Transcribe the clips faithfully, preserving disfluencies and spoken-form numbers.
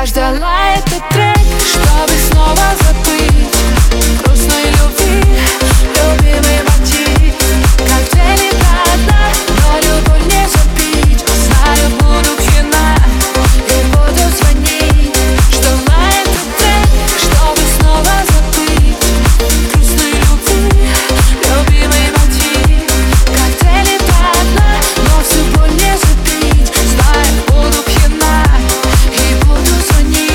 ждала этот трек, чтобы снова забыть грустной любви, любимый мотив. Коктейли до дна, но любовь не забить. Знаю, буду пьяна и буду звонить. Ждала этот трек, чтобы снова забыть грустной любви, любимый мотив. Коктейли до дна, но всю боль не забить. Знаю, буду пьяна и буду звонить.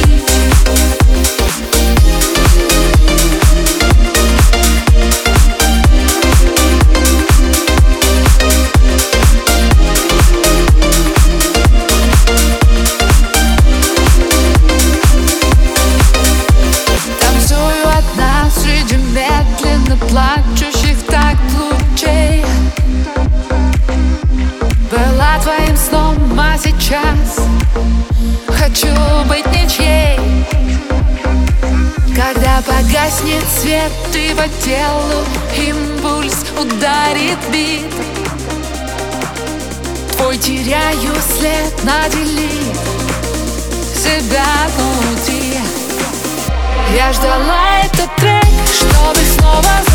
Танцую одна среди медленно плачущих так лучей. Была твоим сном, а сейчас хочу быть ничьей. Когда погаснет свет и по телу импульс ударит бит, твой теряю след, наделит себя внутри. Я ждала этот трек, чтобы снова